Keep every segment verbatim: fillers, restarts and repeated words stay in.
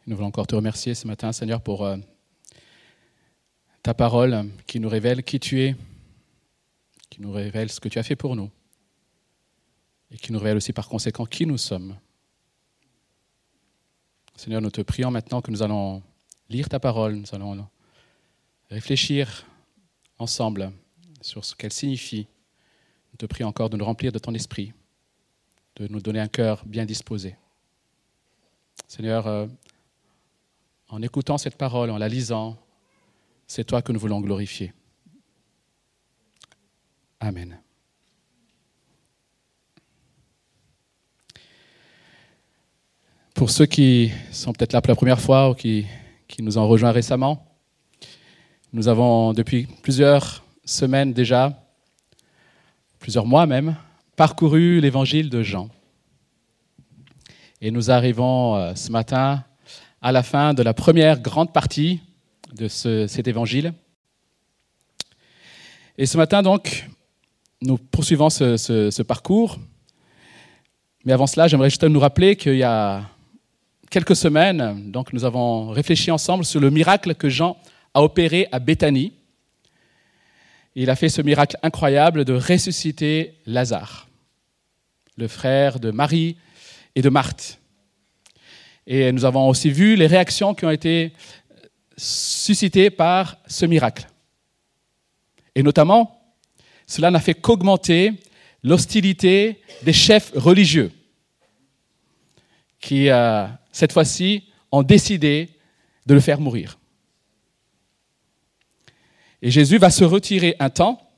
Nous voulons encore te remercier ce matin, Seigneur, pour euh, ta parole qui nous révèle qui tu es, qui nous révèle ce que tu as fait pour nous et qui nous révèle aussi par conséquent qui nous sommes. Seigneur, nous te prions maintenant que nous allons lire ta parole, nous allons réfléchir ensemble sur ce qu'elle signifie. Nous te prions encore de nous remplir de ton esprit, de nous donner un cœur bien disposé. Seigneur, euh, en écoutant cette parole, en la lisant, c'est toi que nous voulons glorifier. Amen. Pour ceux qui sont peut-être là pour la première fois ou qui, qui nous ont rejoints récemment, nous avons depuis plusieurs semaines déjà, plusieurs mois même, parcouru l'évangile de Jean. Et nous arrivons euh, ce matin à la fin de la première grande partie de ce, cet évangile. Et ce matin, donc, nous poursuivons ce, ce, ce parcours. Mais avant cela, j'aimerais juste nous rappeler qu'il y a quelques semaines, donc, nous avons réfléchi ensemble sur le miracle que Jean a opéré à Béthanie. Il a fait ce miracle incroyable de ressusciter Lazare, le frère de Marie et de Marthe. Et nous avons aussi vu les réactions qui ont été suscitées par ce miracle. Et notamment, cela n'a fait qu'augmenter l'hostilité des chefs religieux qui, euh, cette fois-ci, ont décidé de le faire mourir. Et Jésus va se retirer un temps,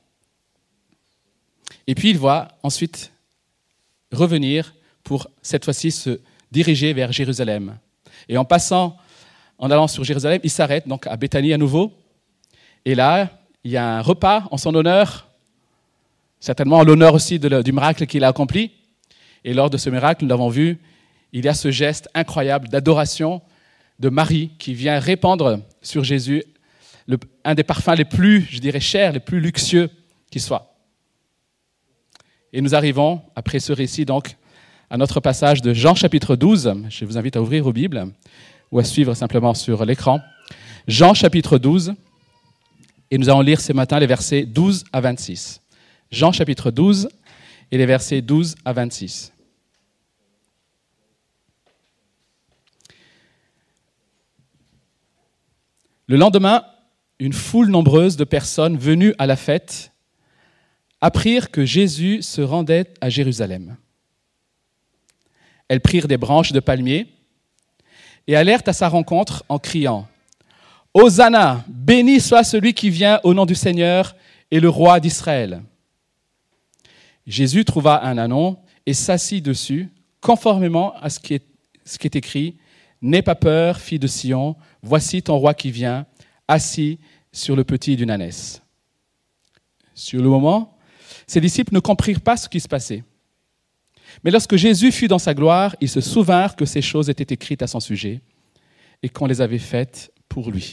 et puis il va ensuite revenir pour, cette fois-ci, se diriger vers Jérusalem. Et en passant, en allant sur Jérusalem, il s'arrête donc à Béthanie à nouveau. Et là, il y a un repas en son honneur, certainement en l'honneur aussi de le, du miracle qu'il a accompli. Et lors de ce miracle, nous l'avons vu, il y a ce geste incroyable d'adoration de Marie qui vient répandre sur Jésus le, un des parfums les plus, je dirais, chers, les plus luxueux qui soit. Et nous arrivons, après ce récit, donc, à notre passage de Jean chapitre douze. Je vous invite à ouvrir vos Bibles ou à suivre simplement sur l'écran. Jean chapitre douze, et nous allons lire ce matin les versets douze à vingt-six. Jean chapitre douze et les versets douze à vingt-six. Le lendemain, une foule nombreuse de personnes venues à la fête apprirent que Jésus se rendait à Jérusalem. Elles prirent des branches de palmier et allèrent à sa rencontre en criant « Hosanna, béni soit celui qui vient au nom du Seigneur et le roi d'Israël. » Jésus trouva un ânon et s'assit dessus, conformément à ce qui est, ce qui est écrit « N'aie pas peur, fille de Sion, voici ton roi qui vient, assis sur le petit d'une ânesse. » Sur le moment, ses disciples ne comprirent pas ce qui se passait. Mais lorsque Jésus fut dans sa gloire, ils se souvinrent que ces choses étaient écrites à son sujet et qu'on les avait faites pour lui.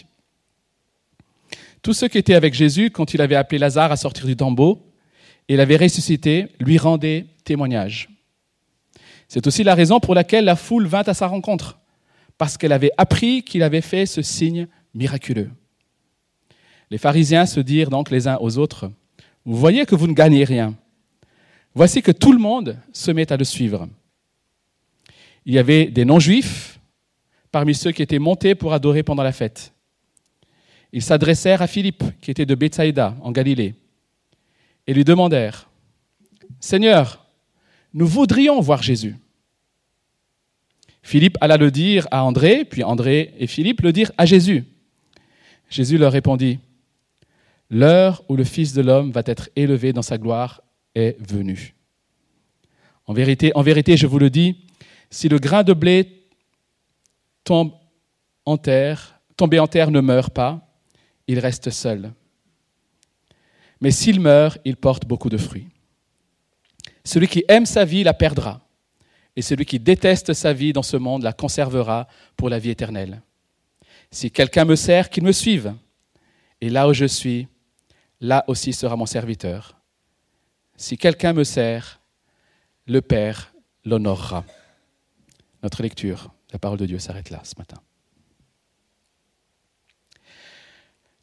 Tous ceux qui étaient avec Jésus, quand il avait appelé Lazare à sortir du tombeau et l'avait ressuscité, lui rendaient témoignage. C'est aussi la raison pour laquelle la foule vint à sa rencontre, parce qu'elle avait appris qu'il avait fait ce signe miraculeux. Les pharisiens se dirent donc les uns aux autres « Vous voyez que vous ne gagnez rien. Voici que tout le monde se met à le suivre. » Il y avait des non-juifs parmi ceux qui étaient montés pour adorer pendant la fête. Ils s'adressèrent à Philippe, qui était de Bethsaïda, en Galilée, et lui demandèrent « Seigneur, nous voudrions voir Jésus. » Philippe alla le dire à André, puis André et Philippe le dirent à Jésus. Jésus leur répondit « L'heure où le Fils de l'homme va être élevé dans sa gloire est venue. En vérité, en vérité, je vous le dis, si le grain de blé tombe en terre, tombé en terre ne meurt pas, il reste seul. Mais s'il meurt, il porte beaucoup de fruits. Celui qui aime sa vie la perdra, et celui qui déteste sa vie dans ce monde la conservera pour la vie éternelle. Si quelqu'un me sert, qu'il me suive, et là où je suis, là aussi sera mon serviteur. Si quelqu'un me sert, le Père l'honorera. Notre lecture, la parole de Dieu s'arrête là ce matin.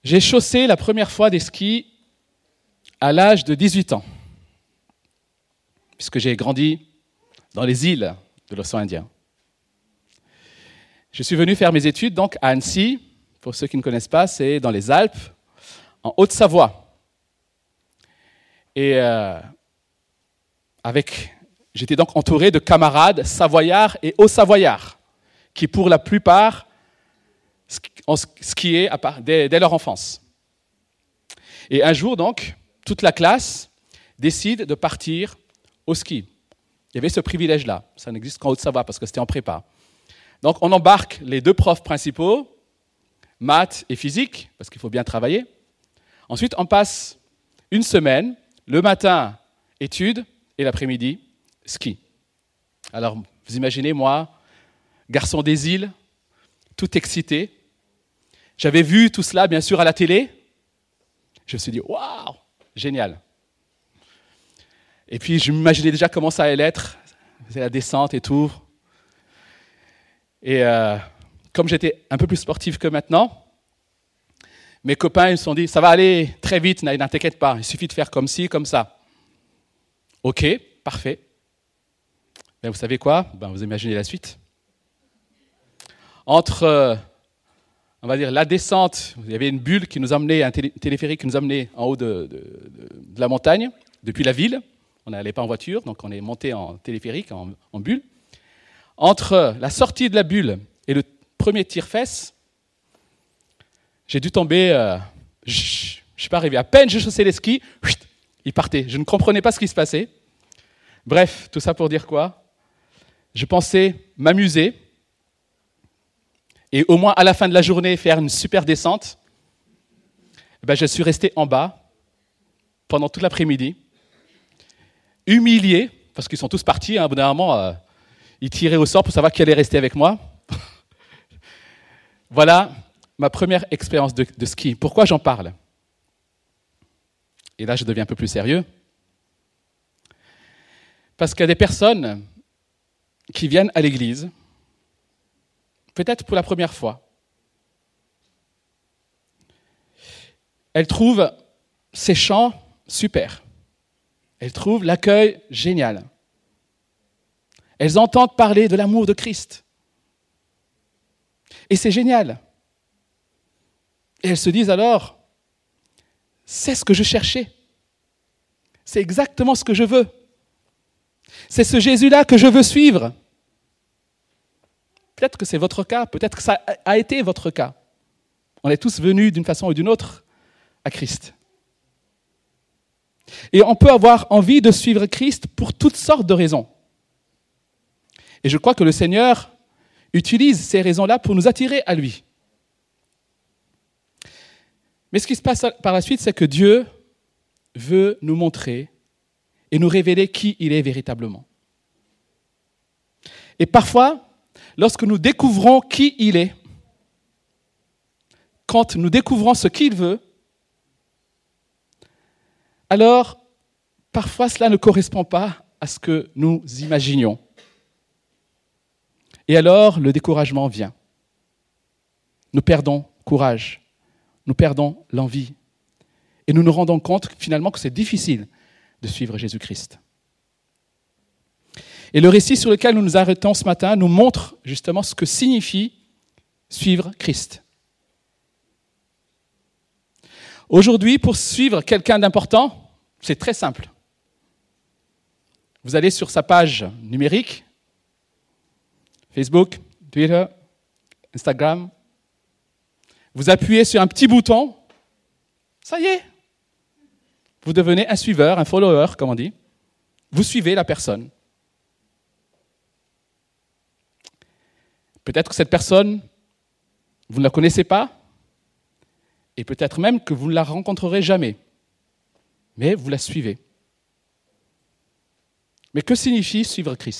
J'ai chaussé la première fois des skis à l'âge de dix-huit ans, puisque j'ai grandi dans les îles de l'océan Indien. Je suis venu faire mes études donc à Annecy. Pour ceux qui ne connaissent pas, c'est dans les Alpes, en Haute-Savoie. Et euh, avec, j'étais donc entouré de camarades savoyards et haut-savoyards, qui pour la plupart ont skié à part, dès, dès leur enfance. Et un jour donc, toute la classe décide de partir au ski. Il y avait ce privilège-là. Ça n'existe qu'en Haute-Savoie parce que c'était en prépa. Donc on embarque les deux profs principaux, maths et physique, parce qu'il faut bien travailler. Ensuite, on passe une semaine, le matin, études, et l'après-midi, ski. Alors, vous imaginez, moi, garçon des îles, tout excité. J'avais vu tout cela, bien sûr, à la télé. Je me suis dit, waouh, génial. Et puis, je m'imaginais déjà comment ça allait être, c'est la descente et tout. Et euh, comme j'étais un peu plus sportif que maintenant, mes copains ils me sont dit, ça va aller très vite, ne t'inquiète pas, il suffit de faire comme ci, comme ça. Ok, parfait. Mais vous savez quoi? Ben, vous imaginez la suite. Entre, euh, on va dire, la descente, il y avait une bulle qui nous emmenait, un télé- téléphérique qui nous emmenait en haut de, de, de, de la montagne, depuis la ville. On n'allait pas en voiture, donc on est monté en téléphérique, en, en bulle. Entre la sortie de la bulle et le premier tire-fesse, j'ai dû tomber, euh, je ne suis pas arrivé. À peine j'ai chaussé les skis, il partait. Je ne comprenais pas ce qui se passait. Bref, tout ça pour dire quoi? Je pensais m'amuser et au moins à la fin de la journée faire une super descente. Et ben, je suis resté en bas pendant toute l'après-midi, humilié, parce qu'ils sont tous partis, hein, au bout d'un moment, euh, ils tiraient au sort pour savoir qui allait rester avec moi. Voilà ma première expérience de, de ski. Pourquoi j'en parle? Et là, je deviens un peu plus sérieux. Parce qu'il y a des personnes qui viennent à l'église, peut-être pour la première fois. Elles trouvent ces chants super. Elles trouvent l'accueil génial. Elles entendent parler de l'amour de Christ. Et c'est génial. Et elles se disent alors, c'est ce que je cherchais. C'est exactement ce que je veux. C'est ce Jésus-là que je veux suivre. Peut-être que c'est votre cas, peut-être que ça a été votre cas. On est tous venus d'une façon ou d'une autre à Christ. Et on peut avoir envie de suivre Christ pour toutes sortes de raisons. Et je crois que le Seigneur utilise ces raisons-là pour nous attirer à lui. Mais ce qui se passe par la suite, c'est que Dieu veut nous montrer et nous révéler qui il est véritablement. Et parfois, lorsque nous découvrons qui il est, quand nous découvrons ce qu'il veut, alors parfois cela ne correspond pas à ce que nous imaginions. Et alors le découragement vient. Nous perdons courage. Nous perdons l'envie et nous nous rendons compte finalement que c'est difficile de suivre Jésus-Christ. Et le récit sur lequel nous nous arrêtons ce matin nous montre justement ce que signifie suivre Christ. Aujourd'hui, pour suivre quelqu'un d'important, c'est très simple. Vous allez sur sa page numérique, Facebook, Twitter, Instagram. Vous appuyez sur un petit bouton, ça y est, vous devenez un suiveur, un follower, comme on dit. Vous suivez la personne. Peut-être que cette personne, vous ne la connaissez pas, et peut-être même que vous ne la rencontrerez jamais, mais vous la suivez. Mais que signifie suivre Christ ?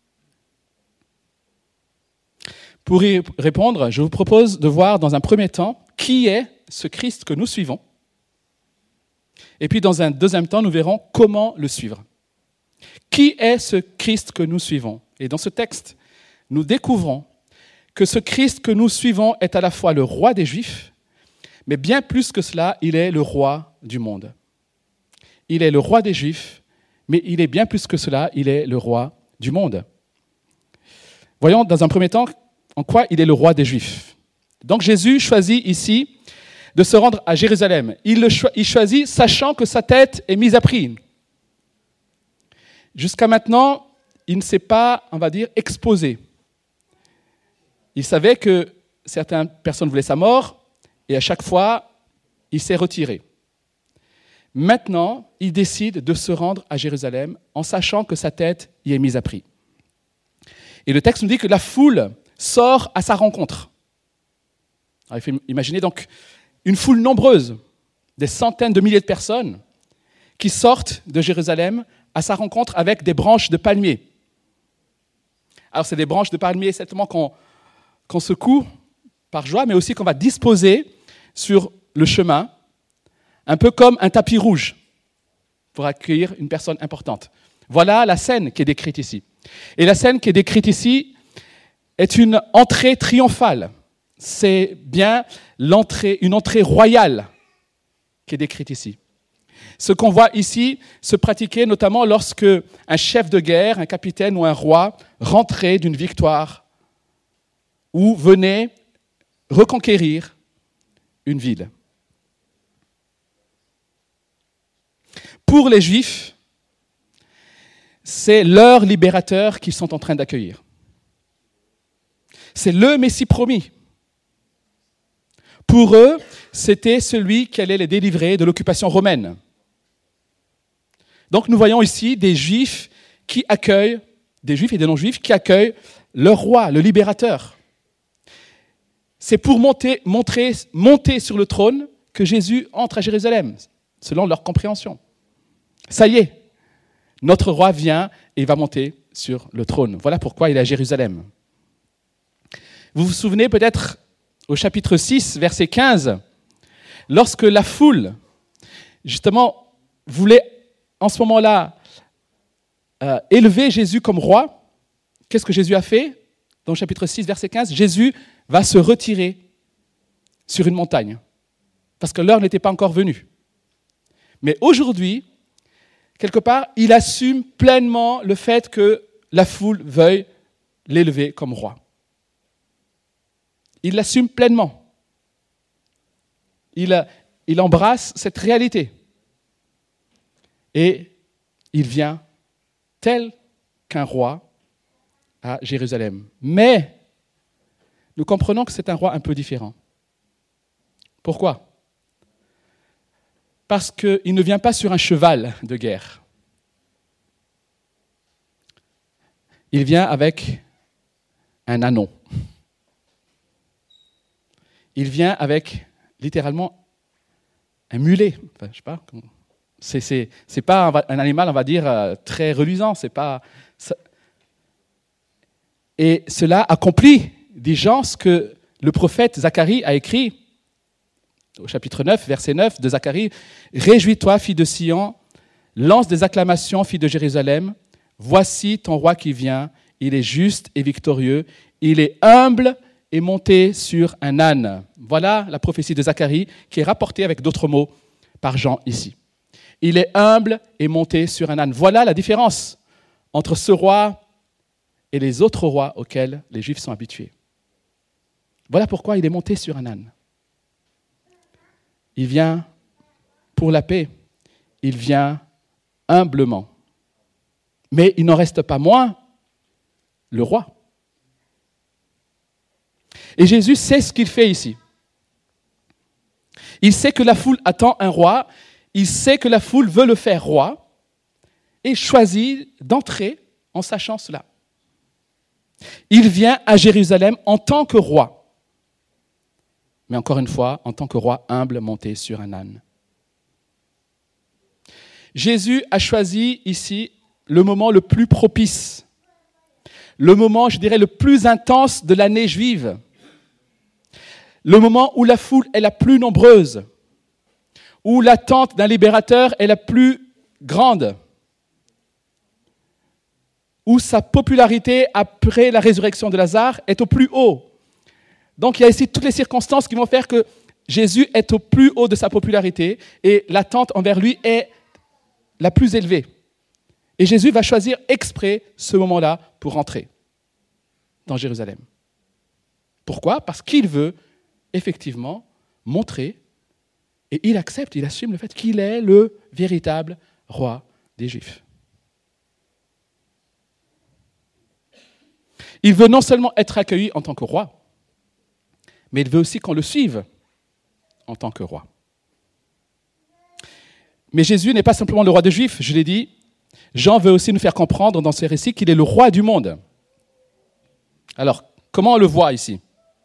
Pour y répondre, je vous propose de voir dans un premier temps qui est ce Christ que nous suivons. Et puis dans un deuxième temps, nous verrons comment le suivre. Qui est ce Christ que nous suivons ? Et dans ce texte, nous découvrons que ce Christ que nous suivons est à la fois le roi des Juifs, Mais bien plus que cela, il est le roi du monde. Il est le roi des Juifs, mais il est bien plus que cela, il est le roi du monde. Voyons dans un premier temps en quoi il est le roi des Juifs. Donc Jésus choisit ici de se rendre à Jérusalem. Il, le cho- il choisit sachant que sa tête est mise à prix. Jusqu'à maintenant, il ne s'est pas, on va dire, exposé. Il savait que certaines personnes voulaient sa mort et à chaque fois, il s'est retiré. Maintenant, il décide de se rendre à Jérusalem en sachant que sa tête y est mise à prix. Et le texte nous dit que la foule sort à sa rencontre. Alors, il faut imaginer donc une foule nombreuse, des centaines de milliers de personnes qui sortent de Jérusalem à sa rencontre avec des branches de palmier. Alors, c'est des branches de palmier certainement qu'on, qu'on secoue par joie, mais aussi qu'on va disposer sur le chemin, un peu comme un tapis rouge pour accueillir une personne importante. Voilà la scène qui est décrite ici. Et la scène qui est décrite ici est une entrée triomphale. C'est bien l'entrée, une entrée royale qui est décrite ici. Ce qu'on voit ici se pratiquait notamment lorsque un chef de guerre, un capitaine ou un roi rentrait d'une victoire ou venait reconquérir une ville. Pour les Juifs, c'est leur libérateur qu'ils sont en train d'accueillir. C'est le Messie promis. Pour eux, c'était celui qui allait les délivrer de l'occupation romaine. Donc nous voyons ici des Juifs qui accueillent, des Juifs et des non-Juifs qui accueillent leur roi, le libérateur. C'est pour monter, montrer, monter sur le trône que Jésus entre à Jérusalem, selon leur compréhension. Ça y est, notre roi vient et va monter sur le trône. Voilà pourquoi il est à Jérusalem. Vous vous souvenez peut-être au chapitre six, verset quinze, lorsque la foule, justement, voulait en ce moment-là euh, élever Jésus comme roi, qu'est-ce que Jésus a fait? Dans le chapitre six, verset quinze, Jésus va se retirer sur une montagne, parce que l'heure n'était pas encore venue. Mais aujourd'hui, quelque part, il assume pleinement le fait que la foule veuille l'élever comme roi. Il l'assume pleinement. Il, il embrasse cette réalité. Et il vient tel qu'un roi à Jérusalem. Mais nous comprenons que c'est un roi un peu différent. Pourquoi ? Parce qu'il ne vient pas sur un cheval de guerre. Il vient avec un ânon. Il vient avec, littéralement, un mulet. Enfin, je sais pas. C'est, c'est, c'est pas un animal, on va dire, très reluisant. C'est pas. Ça... Et cela accomplit, dit Jean, ce que le prophète Zacharie a écrit au chapitre neuf, verset neuf de Zacharie. « Réjouis-toi, fille de Sion, lance des acclamations, fille de Jérusalem. Voici ton roi qui vient, il est juste et victorieux, il est humble et monté sur un âne. » Voilà la prophétie de Zacharie qui est rapportée avec d'autres mots par Jean ici. Il est humble et monté sur un âne. Voilà la différence entre ce roi et les autres rois auxquels les Juifs sont habitués. Voilà pourquoi il est monté sur un âne. Il vient pour la paix. Il vient humblement. Mais il n'en reste pas moins le roi. Et Jésus sait ce qu'il fait ici. Il sait que la foule attend un roi, il sait que la foule veut le faire roi, et choisit d'entrer en sachant cela. Il vient à Jérusalem en tant que roi, mais encore une fois, en tant que roi humble monté sur un âne. Jésus a choisi ici le moment le plus propice, le moment, je dirais, le plus intense de l'année juive, le moment où la foule est la plus nombreuse, où l'attente d'un libérateur est la plus grande, où sa popularité après la résurrection de Lazare est au plus haut. Donc il y a ici toutes les circonstances qui vont faire que Jésus est au plus haut de sa popularité et l'attente envers lui est la plus élevée. Et Jésus va choisir exprès ce moment-là pour rentrer dans Jérusalem. Pourquoi ? Parce qu'il veut effectivement montrer, et il accepte, il assume le fait qu'il est le véritable roi des Juifs. Il veut non seulement être accueilli en tant que roi, mais il veut aussi qu'on le suive en tant que roi. Mais Jésus n'est pas simplement le roi des Juifs, je l'ai dit. Jean veut aussi nous faire comprendre dans ce récit qu'il est le roi du monde. Alors, comment on le voit ici ?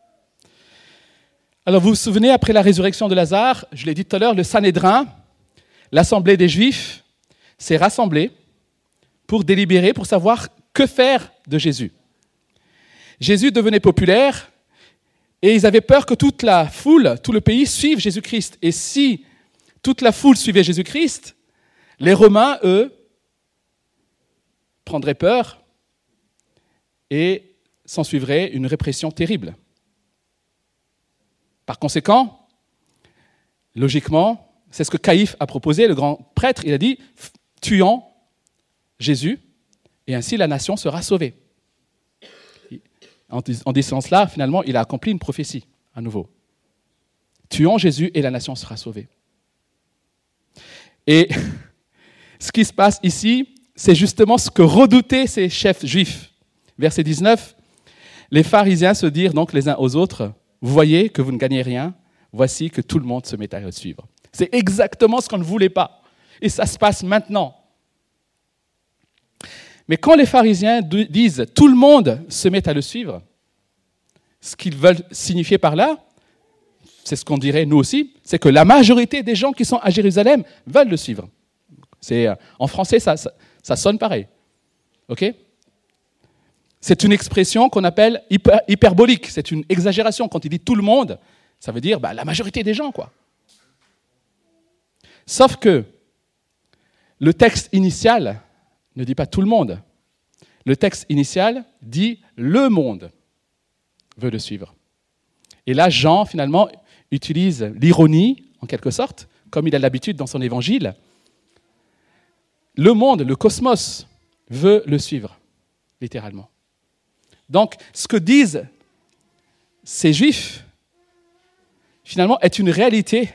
Alors, vous vous souvenez, après la résurrection de Lazare, je l'ai dit tout à l'heure, le Sanhédrin, l'assemblée des Juifs, s'est rassemblée pour délibérer, pour savoir que faire de Jésus. Jésus devenait populaire et ils avaient peur que toute la foule, tout le pays suive Jésus-Christ. Et si toute la foule suivait Jésus-Christ, les Romains, eux, prendraient peur et s'ensuivrait une répression terrible. Par conséquent, logiquement, c'est ce que Caïphe a proposé, le grand prêtre, il a dit « tuons Jésus, et ainsi la nation sera sauvée ». En disant cela, finalement, il a accompli une prophétie, à nouveau. Tuons Jésus et la nation sera sauvée. Et ce qui se passe ici, c'est justement ce que redoutaient ces chefs juifs. Verset dix-neuf, les pharisiens se dirent donc les uns aux autres, « Vous voyez que vous ne gagnez rien, voici que tout le monde se met à le suivre. » C'est exactement ce qu'on ne voulait pas. Et ça se passe maintenant. Mais quand les pharisiens disent « tout le monde se met à le suivre », ce qu'ils veulent signifier par là, c'est ce qu'on dirait nous aussi, c'est que la majorité des gens qui sont à Jérusalem veulent le suivre. C'est, en français, ça, ça, ça sonne pareil. Ok ? C'est une expression qu'on appelle hyper, hyperbolique, c'est une exagération. Quand il dit « tout le monde », ça veut dire bah, la majorité des gens, quoi. Sauf que le texte initial ne dit pas tout le monde. Le texte initial dit le monde veut le suivre. Et là, Jean, finalement, utilise l'ironie, en quelque sorte, comme il a l'habitude dans son évangile. Le monde, le cosmos, veut le suivre, littéralement. Donc, ce que disent ces Juifs, finalement, est une réalité.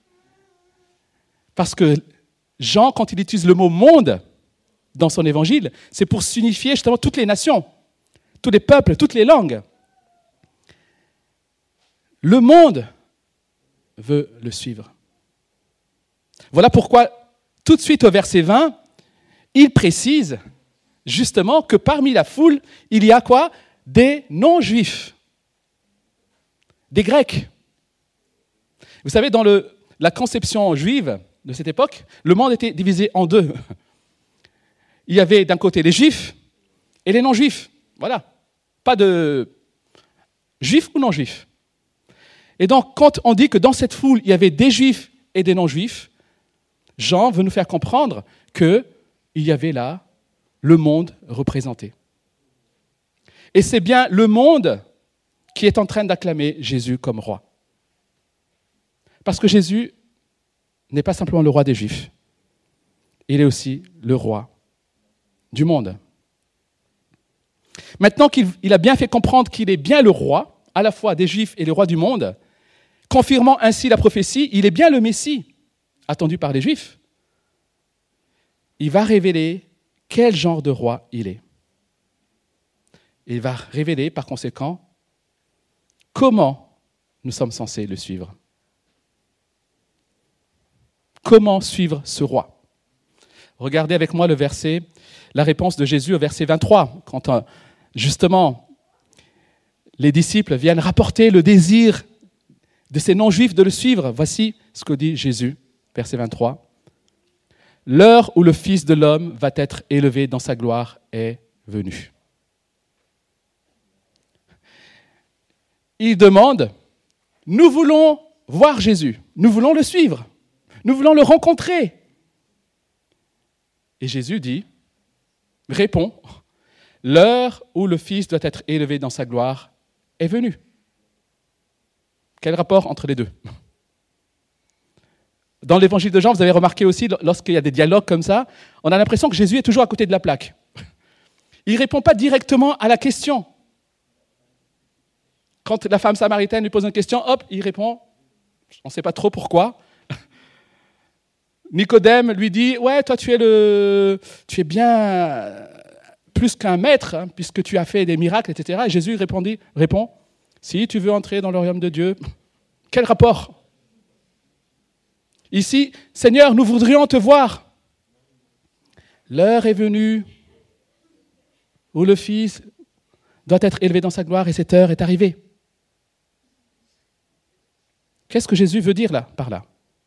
Parce que Jean, quand il utilise le mot « monde », dans son évangile, c'est pour signifier justement toutes les nations, tous les peuples, toutes les langues. Le monde veut le suivre. Voilà pourquoi, tout de suite au verset vingt, il précise justement que parmi la foule, il y a quoi ? Des non-juifs, des Grecs. Vous savez, dans le, la conception juive de cette époque, le monde était divisé en deux. Il y avait d'un côté les juifs et les non-juifs. Voilà. Pas de juifs ou non-juifs. Et donc, quand on dit que dans cette foule, il y avait des juifs et des non-juifs, Jean veut nous faire comprendre qu'il y avait là le monde représenté. Et c'est bien le monde qui est en train d'acclamer Jésus comme roi. Parce que Jésus n'est pas simplement le roi des Juifs, il est aussi le roi du monde. Maintenant qu'il a bien fait comprendre qu'il est bien le roi, à la fois des Juifs et le roi du monde, confirmant ainsi la prophétie, il est bien le Messie, attendu par les Juifs. Il va révéler quel genre de roi il est. Il va révéler, par conséquent, comment nous sommes censés le suivre. Comment suivre ce roi ? Regardez avec moi le verset, la réponse de Jésus au verset vingt-trois, quand justement les disciples viennent rapporter le désir de ces non-juifs de le suivre. Voici ce que dit Jésus, verset vingt-trois. « L'heure où le Fils de l'homme va être élevé dans sa gloire est venue. » Il demande, nous voulons voir Jésus, nous voulons le suivre, nous voulons le rencontrer. Et Jésus dit, répond, l'heure où le Fils doit être élevé dans sa gloire est venue. Quel rapport entre les deux ? dans l'évangile de Jean, vous avez remarqué aussi, lorsqu'il y a des dialogues comme ça, on a l'impression que Jésus est toujours à côté de la plaque. Il ne répond pas directement à la question. Quand la femme samaritaine lui pose une question, hop, il répond, on ne sait pas trop pourquoi. Nicodème lui dit, ouais, toi tu es, le, tu es bien plus qu'un maître, hein, puisque tu as fait des miracles, et cetera. Et Jésus répondit, répond, si tu veux entrer dans le royaume de Dieu, quel rapport ? Ici, Seigneur, nous voudrions te voir. L'heure est venue où le Fils doit être élevé dans sa gloire et cette heure est arrivée. Qu'est-ce que Jésus veut dire là, par là ?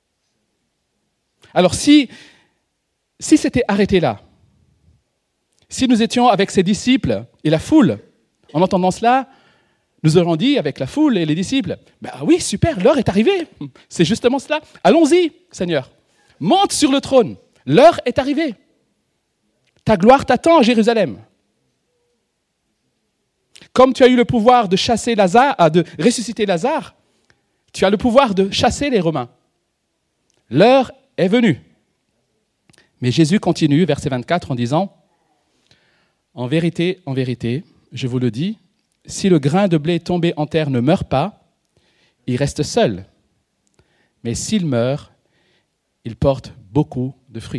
Alors si, si c'était arrêté là, si nous étions avec ses disciples et la foule, en entendant cela, nous aurions dit avec la foule et les disciples, ben oui, super, l'heure est arrivée. C'est justement cela. Allons-y, Seigneur. Monte sur le trône. L'heure est arrivée. Ta gloire t'attend à Jérusalem. Comme tu as eu le pouvoir de chasser Lazare, de ressusciter Lazare, tu as le pouvoir de chasser les Romains. L'heure est venue. Mais Jésus continue, verset vingt-quatre, en disant, « En vérité, en vérité, je vous le dis, si le grain de blé tombé en terre ne meurt pas, il reste seul. Mais s'il meurt, il porte beaucoup de fruits. »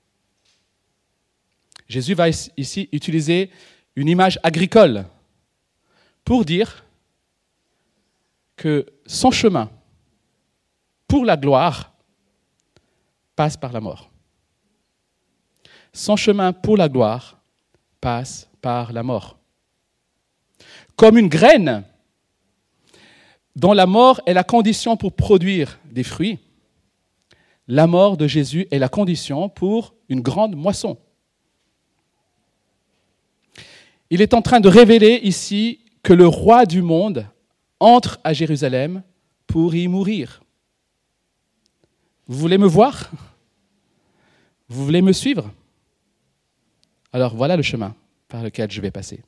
Jésus va ici utiliser une image agricole pour dire que son chemin pour la gloire passe par la mort. Son chemin pour la gloire passe par la mort. Comme une graine dont la mort est la condition pour produire des fruits, la mort de Jésus est la condition pour une grande moisson. Il est en train de révéler ici que le roi du monde entre à Jérusalem pour y mourir. Vous voulez me voir ? Vous voulez me suivre ? Alors voilà le chemin par lequel je vais passer.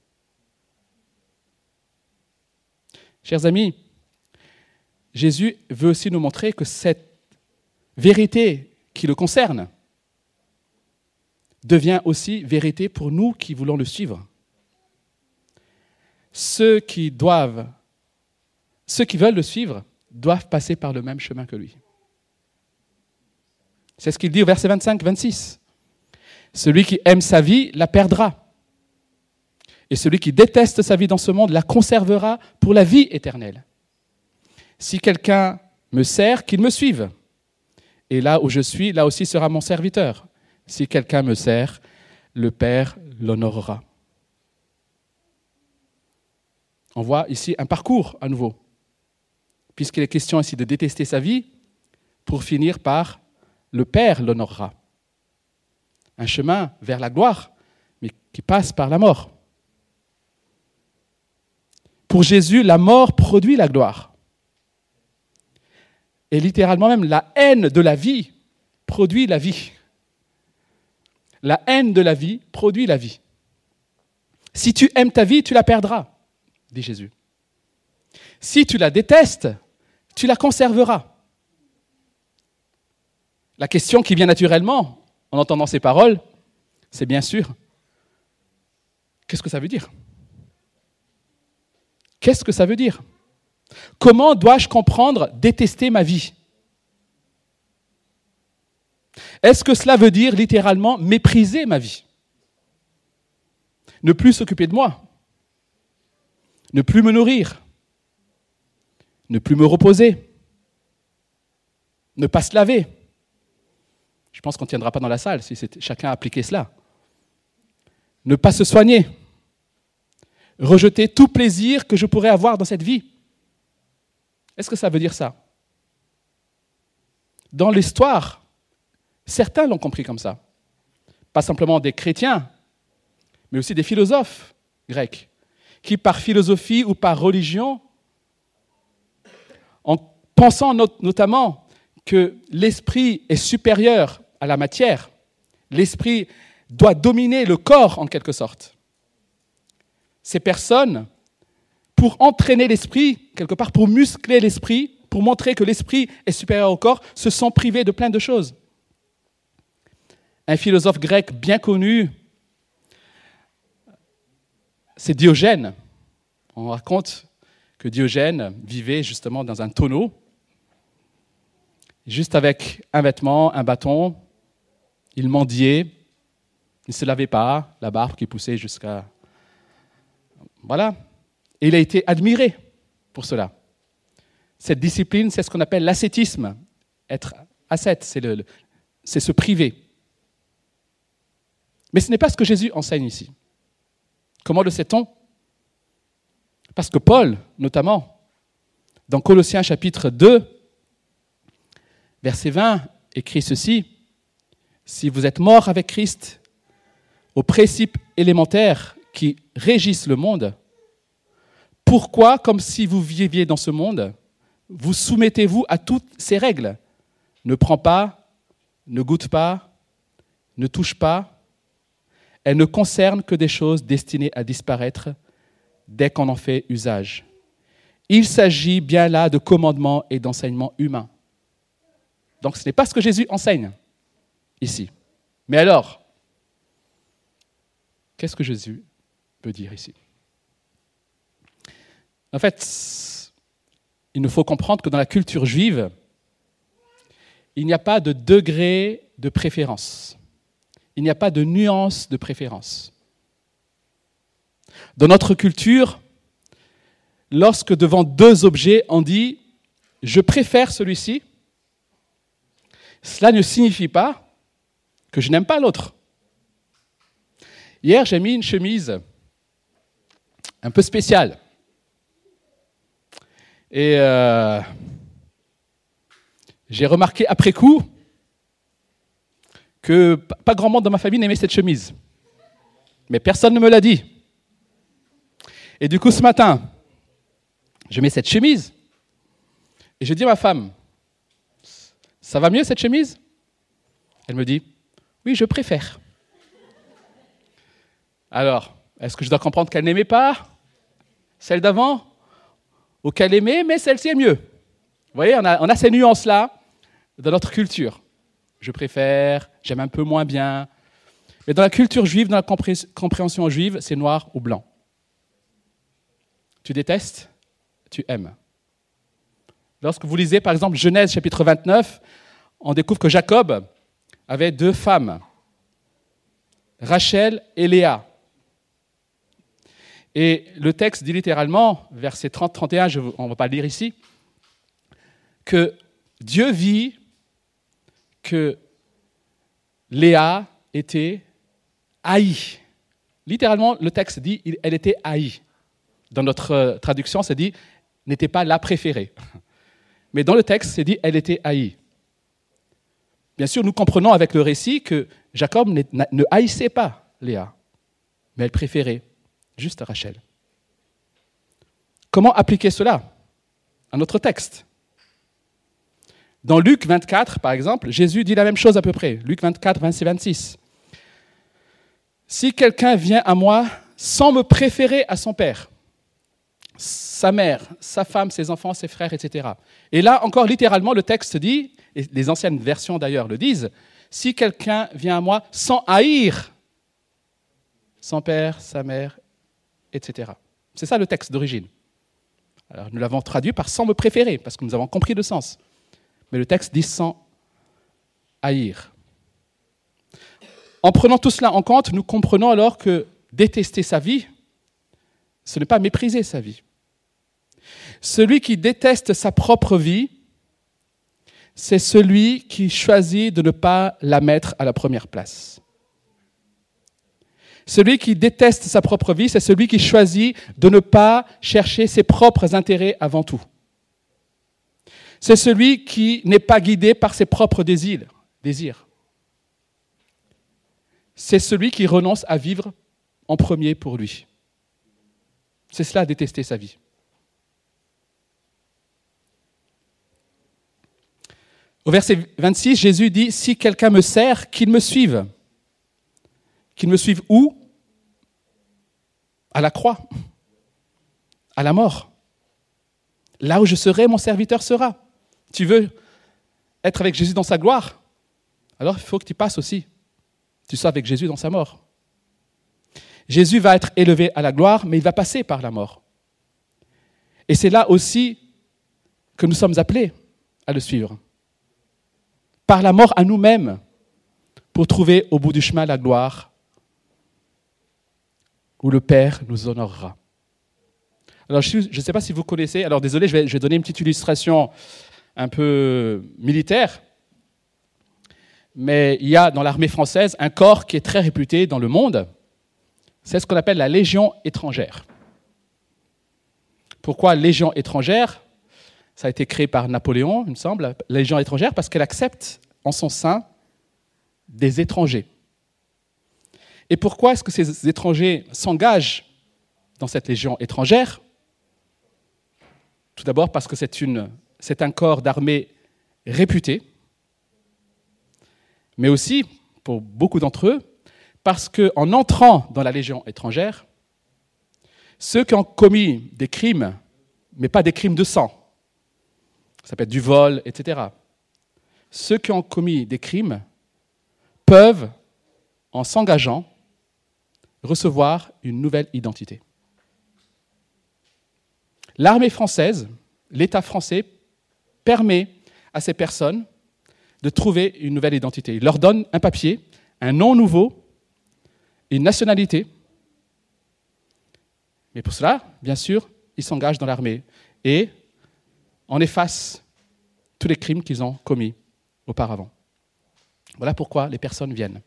Chers amis, Jésus veut aussi nous montrer que cette vérité qui le concerne devient aussi vérité pour nous qui voulons le suivre. Ceux qui doivent, ceux qui veulent le suivre doivent passer par le même chemin que lui. C'est ce qu'il dit au verset vingt-cinq vingt-six. Celui qui aime sa vie la perdra. Et celui qui déteste sa vie dans ce monde la conservera pour la vie éternelle. Si quelqu'un me sert, qu'il me suive. Et là où je suis, là aussi sera mon serviteur. Si quelqu'un me sert, le Père l'honorera. On voit ici un parcours à nouveau, puisqu'il est question ici de détester sa vie pour finir par le Père l'honorera. Un chemin vers la gloire, mais qui passe par la mort. Pour Jésus, la mort produit la gloire. Et littéralement même, la haine de la vie produit la vie. La haine de la vie produit la vie. Si tu aimes ta vie, tu la perdras, dit Jésus. Si tu la détestes, tu la conserveras. La question qui vient naturellement, en entendant ces paroles, c'est bien sûr, qu'est-ce que ça veut dire ? Qu'est-ce que ça veut dire ? Comment dois-je comprendre détester ma vie ? Est-ce que cela veut dire littéralement mépriser ma vie ? Ne plus s'occuper de moi ? Ne plus me nourrir ? Ne plus me reposer ? Ne pas se laver ? Je pense qu'on ne tiendra pas dans la salle si chacun appliquait cela. Ne pas se soigner ? Rejeter tout plaisir que je pourrais avoir dans cette vie ? Est-ce que ça veut dire ça ? Dans l'histoire, certains l'ont compris comme ça. Pas simplement des chrétiens, mais aussi des philosophes grecs, qui par philosophie ou par religion, en pensant not- notamment que l'esprit est supérieur à la matière, l'esprit doit dominer le corps en quelque sorte. Ces personnes, pour entraîner l'esprit, quelque part pour muscler l'esprit, pour montrer que l'esprit est supérieur au corps, se sont privés de plein de choses. Un philosophe grec bien connu, c'est Diogène. On raconte que Diogène vivait justement dans un tonneau, juste avec un vêtement, un bâton. Il mendiait, il ne se lavait pas, la barbe qui poussait jusqu'à... Voilà. Et il a été admiré pour cela. Cette discipline, c'est ce qu'on appelle l'ascétisme. Être ascète, c'est, le, c'est se priver. Mais ce n'est pas ce que Jésus enseigne ici. Comment le sait-on ? Parce que Paul, notamment, dans Colossiens chapitre deux, verset vingt, écrit ceci, « Si vous êtes morts avec Christ, aux principes élémentaires qui régissent le monde, pourquoi, comme si vous viviez dans ce monde, vous soumettez-vous à toutes ces règles ? Ne prends pas, ne goûte pas, ne touche pas. Elles ne concernent que des choses destinées à disparaître dès qu'on en fait usage. Il s'agit bien là de commandements et d'enseignements humains. » Donc ce n'est pas ce que Jésus enseigne ici. Mais alors, qu'est-ce que Jésus veut dire ici ? En fait, il nous faut comprendre que dans la culture juive, il n'y a pas de degré de préférence. Il n'y a pas de nuance de préférence. Dans notre culture, lorsque devant deux objets, on dit « je préfère celui-ci », cela ne signifie pas que je n'aime pas l'autre. Hier, j'ai mis une chemise un peu spéciale. Et euh, j'ai remarqué après coup que pas grand monde dans ma famille n'aimait cette chemise. Mais personne ne me l'a dit. Et du coup, ce matin, je mets cette chemise et je dis à ma femme, « Ça va mieux cette chemise ?» Elle me dit, « Oui, je préfère. » Alors, est-ce que je dois comprendre qu'elle n'aimait pas celle d'avant ou qu'elle aimait, mais celle-ci est mieux ? Vous voyez, on a, on a ces nuances-là dans notre culture. Je préfère, j'aime un peu moins bien. Mais dans la culture juive, dans la compré- compréhension juive, c'est noir ou blanc. Tu détestes, tu aimes. Lorsque vous lisez, par exemple, Genèse chapitre vingt-neuf, on découvre que Jacob avait deux femmes, Rachel et Léa. Et le texte dit littéralement, versets trente à trente et un, je, on ne va pas le lire ici, que Dieu vit que Léa était haïe. Littéralement, le texte dit elle était haïe. Dans notre traduction, c'est dit n'était pas la préférée. Mais dans le texte, c'est dit elle était haïe. Bien sûr, nous comprenons avec le récit que Jacob ne haïssait pas Léa, mais elle préférait juste Rachel. Comment appliquer cela à notre texte ? Dans Luc vingt-quatre, par exemple, Jésus dit la même chose à peu près. Luc vingt-quatre, vingt-six, vingt-six. « Si quelqu'un vient à moi sans me préférer à son père, sa mère, sa femme, ses enfants, ses frères, et cetera. » Et là, encore littéralement, le texte dit, et les anciennes versions d'ailleurs le disent, « Si quelqu'un vient à moi sans haïr son père, sa mère, et cetera » C'est ça le texte d'origine. Alors, nous l'avons traduit par « sans me préférer », parce que nous avons compris le sens. Mais le texte dit « sans haïr ». En prenant tout cela en compte, nous comprenons alors que détester sa vie, ce n'est pas mépriser sa vie. Celui qui déteste sa propre vie, c'est celui qui choisit de ne pas la mettre à la première place. Celui qui déteste sa propre vie, c'est celui qui choisit de ne pas chercher ses propres intérêts avant tout. C'est celui qui n'est pas guidé par ses propres désirs. désirs. C'est celui qui renonce à vivre en premier pour lui. C'est cela, détester sa vie. Au verset vingt-six, Jésus dit « Si quelqu'un me sert, qu'il me suive. » Qu'il me suive où ? À la croix, à la mort. Là où je serai, mon serviteur sera. Tu veux être avec Jésus dans sa gloire? Alors il faut que tu passes aussi. Tu sois avec Jésus dans sa mort. Jésus va être élevé à la gloire, mais il va passer par la mort. Et c'est là aussi que nous sommes appelés à le suivre. Par la mort à nous-mêmes, pour trouver au bout du chemin la gloire où le Père nous honorera. Alors, je ne sais pas si vous connaissez, alors désolé, je vais, je vais donner une petite illustration un peu militaire, mais il y a dans l'armée française un corps qui est très réputé dans le monde, c'est ce qu'on appelle la Légion étrangère. Pourquoi Légion étrangère? Ça a été créé par Napoléon, il me semble, la Légion étrangère, parce qu'elle accepte en son sein des étrangers. Et pourquoi est-ce que ces étrangers s'engagent dans cette Légion étrangère? Tout d'abord parce que c'est, une, c'est un corps d'armée réputé, mais aussi, pour beaucoup d'entre eux, parce qu'en entrant dans la Légion étrangère, ceux qui ont commis des crimes, mais pas des crimes de sang, ça peut être du vol, et cetera, ceux qui ont commis des crimes peuvent, en s'engageant, recevoir une nouvelle identité. L'armée française, l'État français, permet à ces personnes de trouver une nouvelle identité. Il leur donne un papier, un nom nouveau, une nationalité. Mais pour cela, bien sûr, ils s'engagent dans l'armée et en effacent tous les crimes qu'ils ont commis auparavant. Voilà pourquoi les personnes viennent.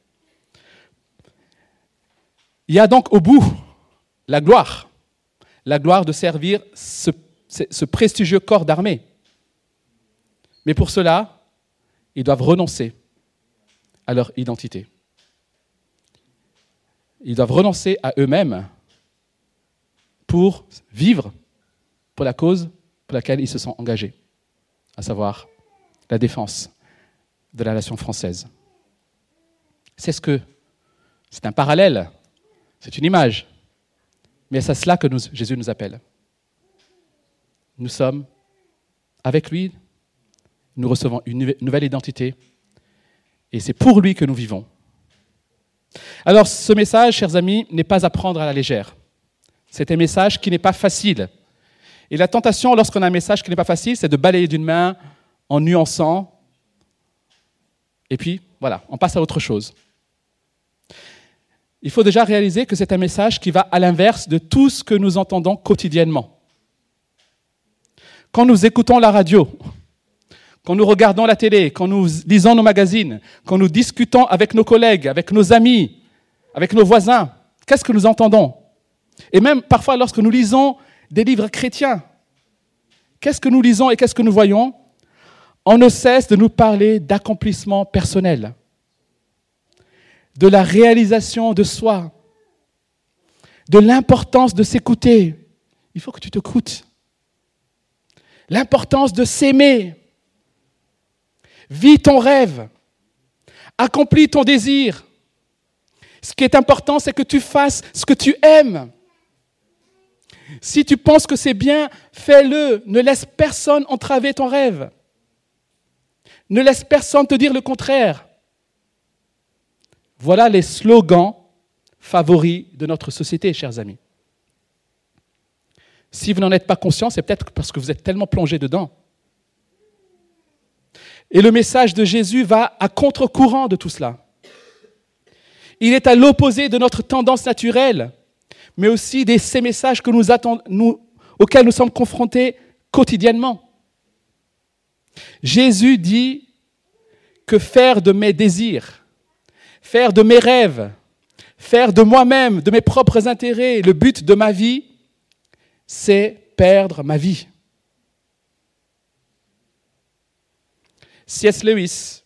Il y a donc au bout la gloire, la gloire de servir ce, ce prestigieux corps d'armée. Mais pour cela, ils doivent renoncer à leur identité. Ils doivent renoncer à eux-mêmes pour vivre pour la cause pour laquelle ils se sont engagés, à savoir la défense de la nation française. C'est ce que, c'est un parallèle, c'est une image, mais c'est à cela que nous, Jésus nous appelle. Nous sommes avec lui, nous recevons une nouvelle identité, et c'est pour lui que nous vivons. Alors, ce message, chers amis, n'est pas à prendre à la légère. C'est un message qui n'est pas facile. Et la tentation, lorsqu'on a un message qui n'est pas facile, c'est de balayer d'une main en nuançant, et puis, voilà, on passe à autre chose. Il faut déjà réaliser que c'est un message qui va à l'inverse de tout ce que nous entendons quotidiennement. Quand nous écoutons la radio, quand nous regardons la télé, quand nous lisons nos magazines, quand nous discutons avec nos collègues, avec nos amis, avec nos voisins, qu'est-ce que nous entendons? Et même parfois lorsque nous lisons des livres chrétiens, qu'est-ce que nous lisons et qu'est-ce que nous voyons? On ne cesse de nous parler d'accomplissement personnel, de la réalisation de soi, de l'importance de s'écouter. Il faut que tu t'écoutes. L'importance de s'aimer. Vis ton rêve. Accomplis ton désir. Ce qui est important, c'est que tu fasses ce que tu aimes. Si tu penses que c'est bien, fais-le. Ne laisse personne entraver ton rêve. Ne laisse personne te dire le contraire. Voilà les slogans favoris de notre société, chers amis. Si vous n'en êtes pas conscient, c'est peut-être parce que vous êtes tellement plongé dedans. Et le message de Jésus va à contre-courant de tout cela. Il est à l'opposé de notre tendance naturelle, mais aussi de ces messages que nous attendons, nous, auxquels nous sommes confrontés quotidiennement. Jésus dit que faire de mes désirs, faire de mes rêves, faire de moi-même, de mes propres intérêts, le but de ma vie, c'est perdre ma vie. C S Lewis,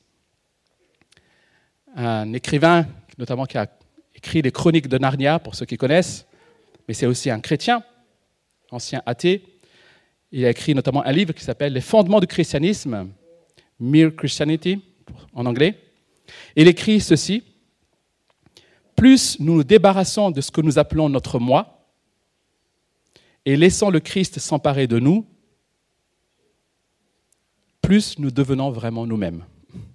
un écrivain notamment qui a écrit les Chroniques de Narnia, pour ceux qui connaissent, mais c'est aussi un chrétien, ancien athée. Il a écrit notamment un livre qui s'appelle « Les fondements du christianisme », « Mere Christianity » en anglais. Il écrit ceci: « Plus nous nous débarrassons de ce que nous appelons notre moi et laissons le Christ s'emparer de nous, plus plus nous devenons vraiment nous-mêmes.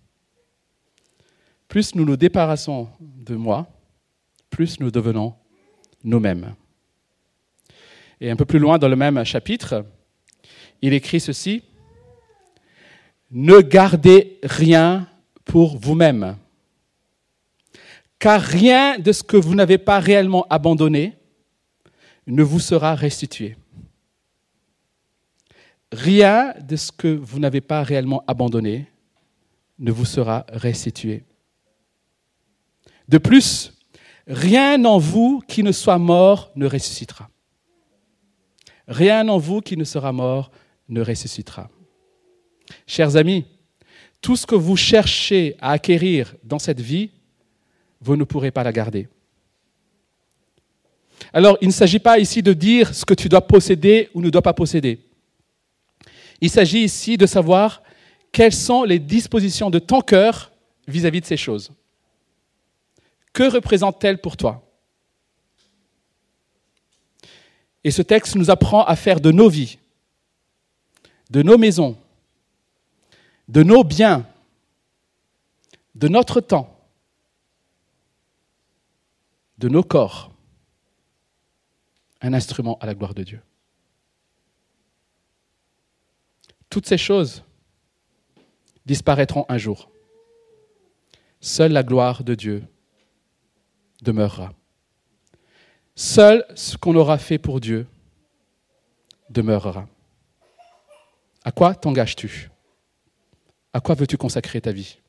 Plus nous nous débarrassons de moi, plus nous devenons nous-mêmes. Et un peu plus loin dans le même chapitre, il écrit ceci, « Ne gardez rien pour vous-même, car rien de ce que vous n'avez pas réellement abandonné ne vous sera restitué. » Rien de ce que vous n'avez pas réellement abandonné ne vous sera restitué. De plus, rien en vous qui ne soit mort ne ressuscitera. Rien en vous qui ne sera mort ne ressuscitera. Chers amis, tout ce que vous cherchez à acquérir dans cette vie, vous ne pourrez pas la garder. Alors, il ne s'agit pas ici de dire ce que tu dois posséder ou ne dois pas posséder. Il s'agit ici de savoir quelles sont les dispositions de ton cœur vis-à-vis de ces choses. Que représentent-elles pour toi? Et ce texte nous apprend à faire de nos vies, de nos maisons, de nos biens, de notre temps, de nos corps, un instrument à la gloire de Dieu. Toutes ces choses disparaîtront un jour. Seule la gloire de Dieu demeurera. Seul ce qu'on aura fait pour Dieu demeurera. À quoi t'engages-tu? À quoi veux-tu consacrer ta vie?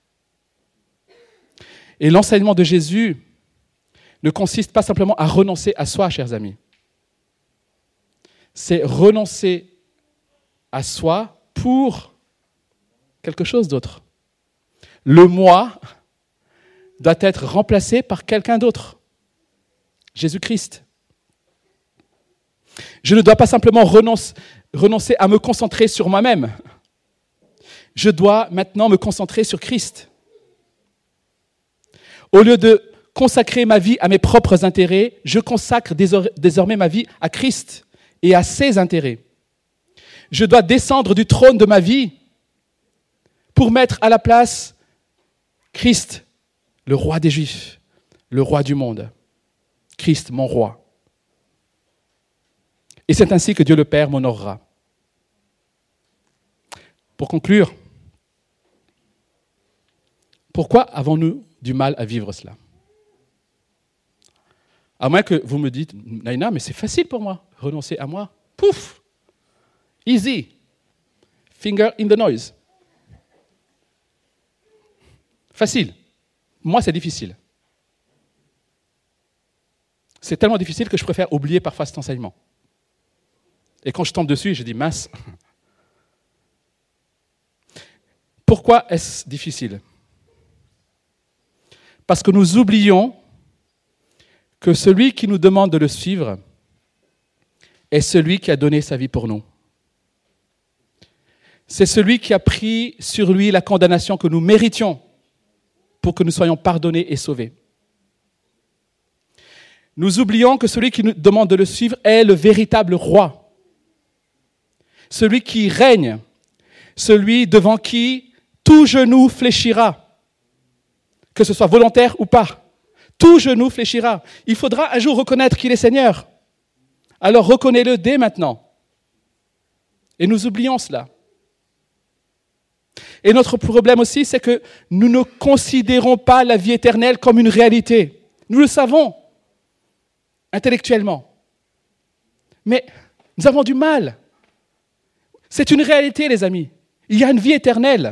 Et l'enseignement de Jésus ne consiste pas simplement à renoncer à soi, chers amis. C'est renoncer à soi pour quelque chose d'autre. Le moi doit être remplacé par quelqu'un d'autre. Jésus-Christ. Je ne dois pas simplement renoncer, renoncer à me concentrer sur moi-même. Je dois maintenant me concentrer sur Christ. Au lieu de consacrer ma vie à mes propres intérêts, je consacre désormais ma vie à Christ et à ses intérêts. Je dois descendre du trône de ma vie pour mettre à la place Christ, le roi des Juifs, le roi du monde. Christ, mon roi. Et c'est ainsi que Dieu le Père m'honorera. Pour conclure, pourquoi avons-nous du mal à vivre cela? À moins que vous me dites, Naïna, mais c'est facile pour moi, renoncer à moi. Pouf! Easy. Finger in the noise. Facile. Moi, c'est difficile. C'est tellement difficile que je préfère oublier parfois cet enseignement. Et quand je tombe dessus, je dis, mince. Pourquoi est-ce difficile? Parce que nous oublions que celui qui nous demande de le suivre est celui qui a donné sa vie pour nous. C'est celui qui a pris sur lui la condamnation que nous méritions pour que nous soyons pardonnés et sauvés. Nous oublions que celui qui nous demande de le suivre est le véritable roi. Celui qui règne, celui devant qui tout genou fléchira, que ce soit volontaire ou pas. Tout genou fléchira. Il faudra un jour reconnaître qu'il est Seigneur. Alors reconnais-le dès maintenant. Et nous oublions cela. Et notre problème aussi, c'est que nous ne considérons pas la vie éternelle comme une réalité. Nous le savons, intellectuellement. Mais nous avons du mal. C'est une réalité, les amis. Il y a une vie éternelle.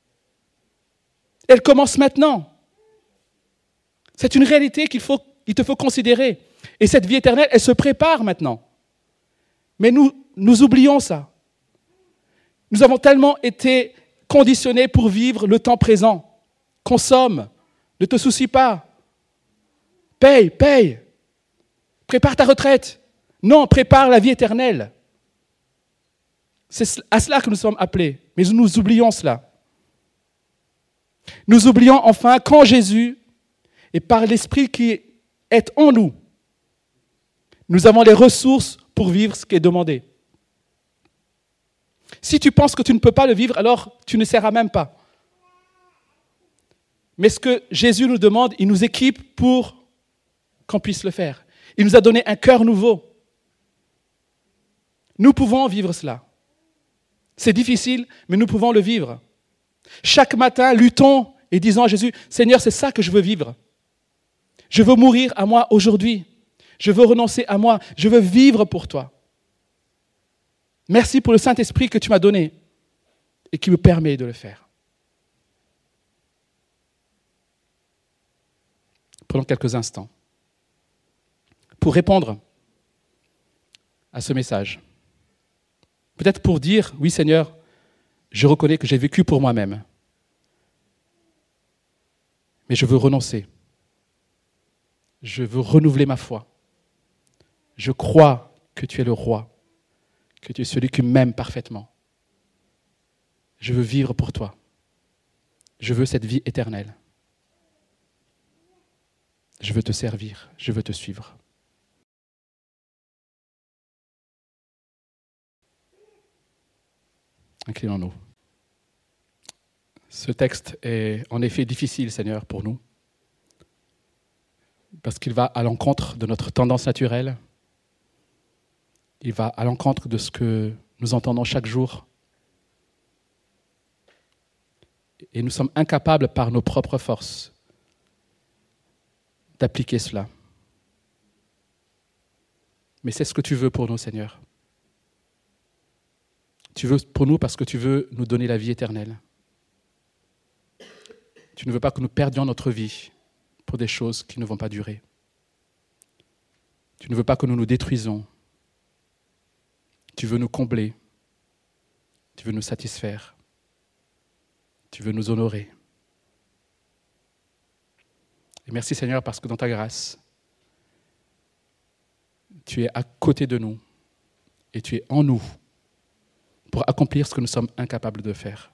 Elle commence maintenant. C'est une réalité qu'il faut, il te faut considérer. Et cette vie éternelle, elle se prépare maintenant. Mais nous, nous oublions ça. Nous avons tellement été conditionnés pour vivre le temps présent. Consomme, ne te soucie pas. Paye, paye. Prépare ta retraite. Non, prépare la vie éternelle. C'est à cela que nous sommes appelés. Mais nous oublions cela. Nous oublions enfin qu'en Jésus, et par l'Esprit qui est en nous, nous avons les ressources pour vivre ce qui est demandé. Si tu penses que tu ne peux pas le vivre, alors tu ne seras même pas. Mais ce que Jésus nous demande, il nous équipe pour qu'on puisse le faire. Il nous a donné un cœur nouveau. Nous pouvons vivre cela. C'est difficile, mais nous pouvons le vivre. Chaque matin, luttons et disons à Jésus, Seigneur, c'est ça que je veux vivre. Je veux mourir à moi aujourd'hui. Je veux renoncer à moi. Je veux vivre pour toi. Merci pour le Saint-Esprit que tu m'as donné et qui me permet de le faire. Prenons quelques instants pour répondre à ce message. Peut-être pour dire, oui Seigneur, je reconnais que j'ai vécu pour moi-même, mais je veux renoncer. Je veux renouveler ma foi. Je crois que tu es le roi, que tu es celui qui m'aime parfaitement. Je veux vivre pour toi. Je veux cette vie éternelle. Je veux te servir, je veux te suivre. Inclinons-nous. Ce texte est en effet difficile, Seigneur, pour nous, parce qu'il va à l'encontre de notre tendance naturelle. Il va à l'encontre de ce que nous entendons chaque jour. Et nous sommes incapables par nos propres forces d'appliquer cela. Mais c'est ce que tu veux pour nous, Seigneur. Tu veux pour nous parce que tu veux nous donner la vie éternelle. Tu ne veux pas que nous perdions notre vie pour des choses qui ne vont pas durer. Tu ne veux pas que nous nous détruisons. Tu veux nous combler. Tu veux nous satisfaire. Tu veux nous honorer. Et merci Seigneur parce que dans ta grâce, tu es à côté de nous et tu es en nous pour accomplir ce que nous sommes incapables de faire.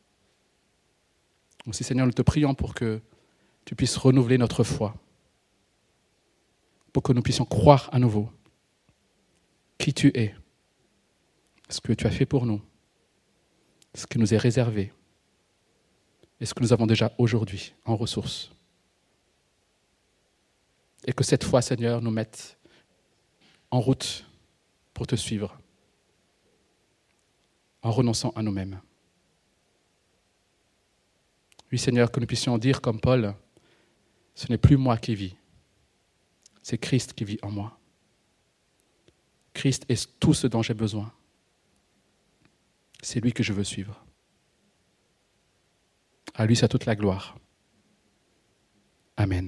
Aussi Seigneur, nous te prions pour que tu puisses renouveler notre foi, pour que nous puissions croire à nouveau qui tu es, ce que tu as fait pour nous, ce qui nous est réservé et ce que nous avons déjà aujourd'hui en ressources. Et que cette foi, Seigneur, nous mette en route pour te suivre, en renonçant à nous-mêmes. Oui, Seigneur, que nous puissions dire comme Paul, ce n'est plus moi qui vis, c'est Christ qui vit en moi. Christ est tout ce dont j'ai besoin. C'est lui que je veux suivre. À lui, c'est toute la gloire. Amen.